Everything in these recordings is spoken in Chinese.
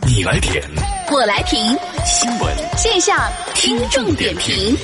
你来点， 我来评新闻线下听众点评。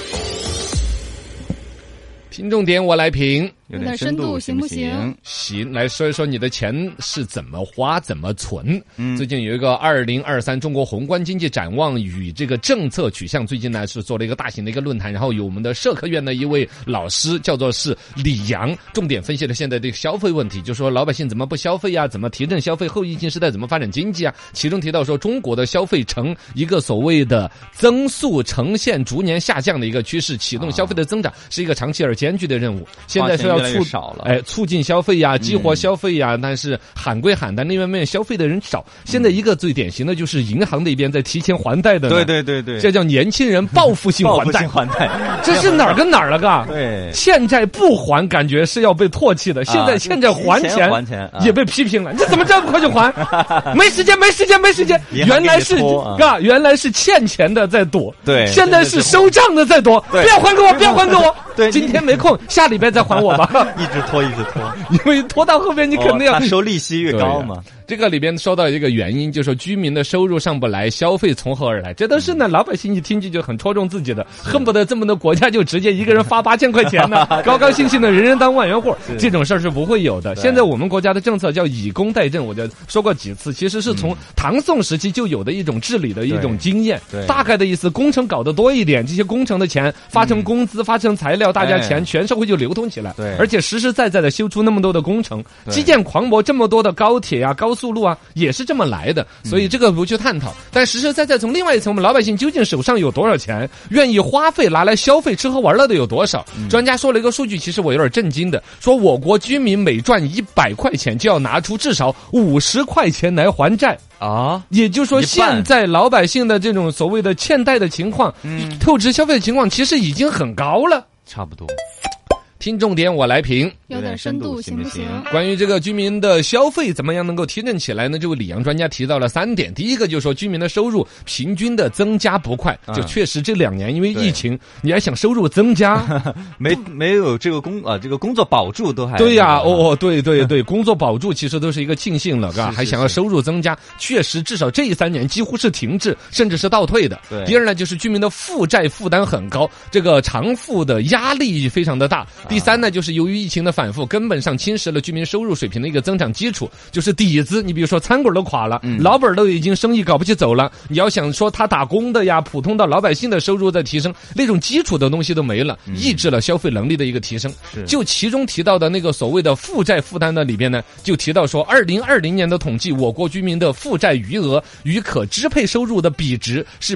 听重点我来评， 有点深度行不行？ 行，来说一说你的钱是怎么花怎么存。最近有一个2023中国宏观经济展望与这个政策取向，最近呢是做了一个大型的一个论坛，然后有我们的社科院的一位老师叫做是李阳，重点分析了现在这个消费问题，就说老百姓怎么不消费啊，怎么提振消费，后疫情时代怎么发展经济啊。其中提到说中国的消费呈一个所谓的增速呈现逐年下降的一个趋势，启动消费的增长是一个长期而艰巨的任务。现在说要促进消费呀，激活消费呀，但是喊归喊，但另外一面消费的人少。现在一个最典型的就是银行那边在提前还贷的， 对， 这叫年轻人报复性还贷，这是哪儿跟哪儿了嘎？ 对， 欠债不还，感觉是要被唾弃的。现在欠债还钱也被批评了，你怎么这么快就还？没时间。原来是欠钱的在躲， 对， 现在是收账的在躲，不要还给我。对，今天没空，下礼拜再还我吧。 一直拖， 因为拖到后面你肯定要收利息越高嘛。 这个里边说到一个原因，就是说居民的收入上不来，消费从何而来？这都是呢，老百姓一听就很戳中自己的，恨不得这么多国家就直接一个人发8000块钱呢，高高兴兴的人人当万元户，这种事儿是不会有的。现在我们国家的政策叫以工代赈，我就说过几次，其实是从唐宋时期就有的一种治理的一种经验。大概的意思，工程搞得多一点，这些工程的钱发成工资，发成材料，大家钱全社会就流通起来。而且实实在在的修出那么多的工程，基建狂魔这么多的高铁啊、高速路啊，也是这么来的。所以这个不去探讨，但实实在在从另外一层，我们老百姓究竟手上有多少钱，愿意花费拿来消费、吃喝玩乐的有多少？专家说了一个数据，其实我有点震惊的，说我国居民每赚100块钱就要拿出至少50块钱来还债啊！也就是说，现在老百姓的这种所谓的欠贷的情况，透支消费的情况，其实已经很高了， 差不多。 听重点我来评， 有点深度行不行？ 关于这个居民的消费怎么样能够提振起来呢？这位李阳专家提到了3点。第一个就是说居民的收入平均的增加不快，就确实这2年因为疫情，你还想收入增加， 没有这个工作保住都还对呀，对，工作保住其实都是一个庆幸了，还想要收入增加，确实至少这3年几乎是停滞，甚至是倒退的。第二呢，就是居民的负债负担很高，这个偿付的压力非常的大。第三呢，就是由于疫情的反复，根本上侵蚀了居民收入水平的一个增长基础，就是底子。你比如说餐馆都垮了，老本都已经生意搞不起走了，你要想说他打工的呀，普通的老百姓的收入在提升，那种基础的东西都没了，抑制了消费能力的一个提升。就其中提到的那个所谓的负债负担的里边呢，就提到说2020年的统计，我国居民的负债余额与可支配收入的比值是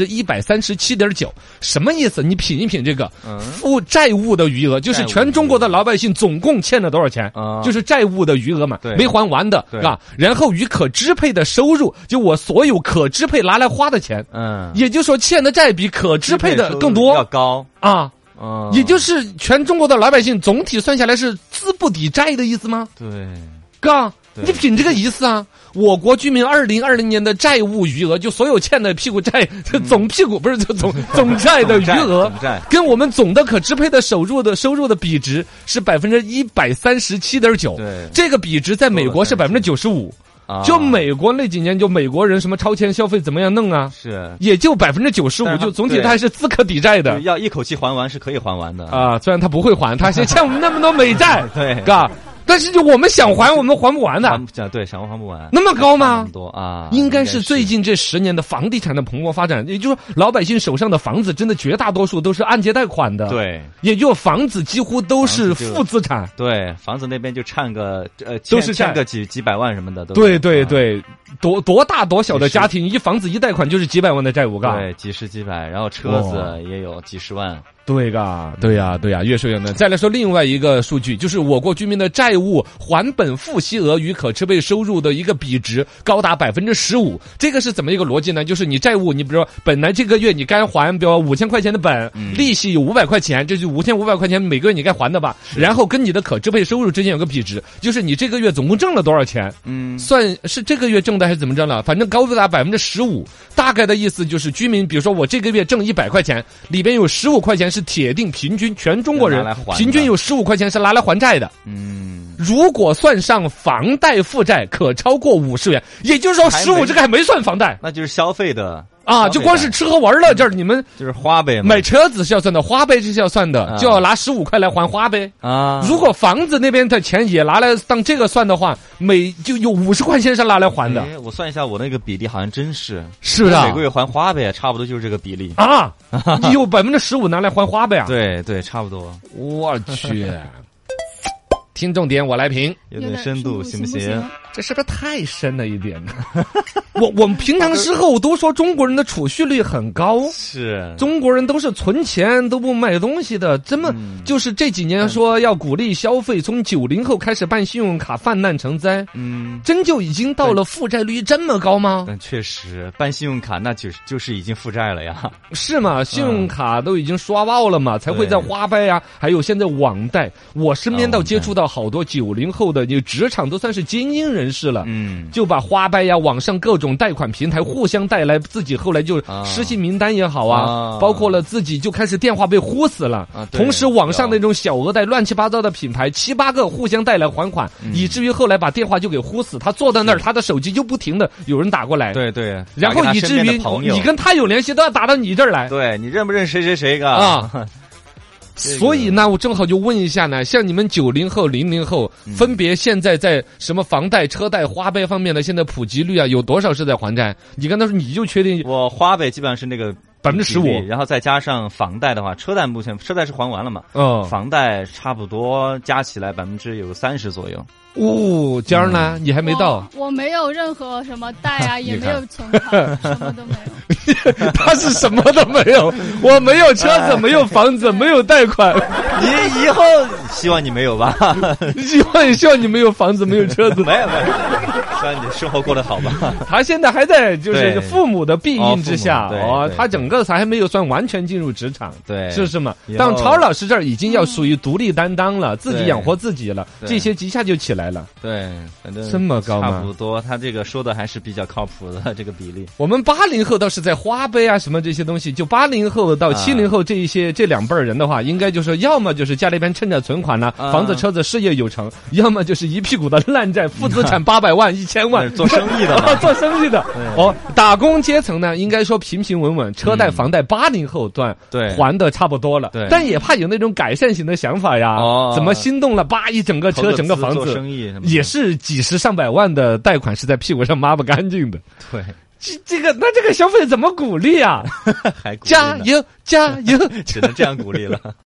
137.9%。什么意思？你品一品这个负债务的余额，就是全中国的老百姓总共欠了多少钱，就是债务的余额嘛，没还完的啊。然后与可支配的收入，就我所有可支配拿来花的钱，也就是说欠的债比可支配的更多， 要高啊。也就是全中国的老百姓总体算下来是资不抵债的意思吗？ 对， 嘎，你品这个意思啊。我国居民2020年的债务余额，就所有欠的屁股债，总屁股不是就总债的余额，跟我们总的可支配的收入的比值是137.9%。对，这个比值在美国是95%。就美国那几年，就美国人什么超前消费怎么样弄啊？是，也就95%，就总体它还是资可抵债的， 要一口气还完是可以还完的啊。虽然他不会还，他是欠我们那么多美债， 对， 嘎。但是就我们想还，我们还不完的。 对，想还不完。 那么高吗？ 那么多啊！ 应该是最近这10年的房地产的蓬勃发展，也就是说，老百姓手上的房子真的绝大多数都是按揭贷款的。 对， 也就房子几乎都是负资产。 对，房子那边就欠个都是欠个几百万什么的。 对，多大多小的家庭，一房子一贷款就是几百万的债务，嘎。 对，几十几百，然后车子也有几十万。 对嘎，对呀，越说越难。再来说另外一个数据，就是我国居民的债务还本付息额与可支配收入的一个比值高达15%。这个是怎么一个逻辑呢？就是你债务，你比如说本来这个月你该还，比如5000块钱的本，利息有500块钱，这就5500块钱每个月你该还的吧？然后跟你的可支配收入之间有个比值，就是你这个月总共挣了多少钱，算是这个月挣的还是怎么着了？反正高达15%，大概的意思就是居民，比如说我这个月挣100块钱，里边有15块钱是铁定平均，全中国人平均有15块钱是拿来还债的。如果算上房贷负债，可超过50元，也就是说15这个还没算房贷， 那就是消费的。 就光是吃喝玩乐这儿，你们就是花呗嘛， 买车子是要算的，花呗是要算的，就要拿15块来还花呗啊。 如果房子那边的钱也拿来当这个算的话，就有50块钱是拿来还的。 我算一下，我那个比例好像真是的， 每个月还花呗差不多就是这个比例啊。你有15%拿来还花呗啊？ 对对，差不多。 我去。听重点，我来评， 有点深度行不行？ 这是不是太深了一点呢？我们平常时候都说中国人的储蓄率很高， 是中国人都是存钱都不买东西的，这么就是这几年说要鼓励消费，从90后开始办信用卡泛滥成灾，真就已经到了负债率这么高吗？ 但确实办信用卡那就是已经负债了呀。 是吗？信用卡都已经刷爆了嘛，才会在花呗呀，还有现在网贷。我身边倒接触到好多90后的，职场都算是精英人士了，就把花呗呀、网上各种贷款平台互相带来，自己后来就失信名单也好包括了自己就开始电话被呼死了，同时网上那种小额贷乱七八糟的品牌7、8个互相带来还款，以至于后来把电话就给呼死，他坐在那儿，他的手机就不停的有人打过来， 对对， 然后以至于你跟他有联系都要打到你这儿来， 对，你认不认谁谁谁所以呢，我正好就问一下呢，像你们90后、00后，分别现在在什么房贷、车贷、花呗方面的现在普及率有多少是在还债？你刚才说你就确定？ 我花呗基本上是那个 15%， 然后再加上房贷的话，车贷目前车贷是还完了嘛？房贷差不多加起来有30%左右。 尖儿呢？你还没到？ 我没有任何什么贷啊，也没有存款，什么都没有。 他是什么都没有，我没有车子，没有房子，没有贷款。 你以后希望你没有吧？ 希望你没有房子，没有车子。 没有，希望你生活过得好吧。 他现在还在就是父母的庇荫之下他整个还没有算完全进入职场， 对， 是不是嘛？但超老师这儿已经要属于独立担当了，自己养活自己了，这些一下就起来了。 对，反正这么高吗？ 差不多，他这个说的还是比较靠谱的这个比例。 我们80后倒是在花呗啊什么这些东西，就80后到70后这两辈人的话，应该就是要么就是家里边趁着存款呢，房子车子事业有成，要么就是一屁股的烂债，负资产800万1000万， 做生意的做生意的打工阶层呢，应该说平平稳稳，车贷房贷80后段还的差不多了，但也怕有那种改善型的想法呀，怎么心动了一整个车整个房子做生意也是几十上百万的贷款是在屁股上抹不干净的。 对， 这个消费怎么鼓励啊？ 还鼓励加油加油， 只能这样鼓励了。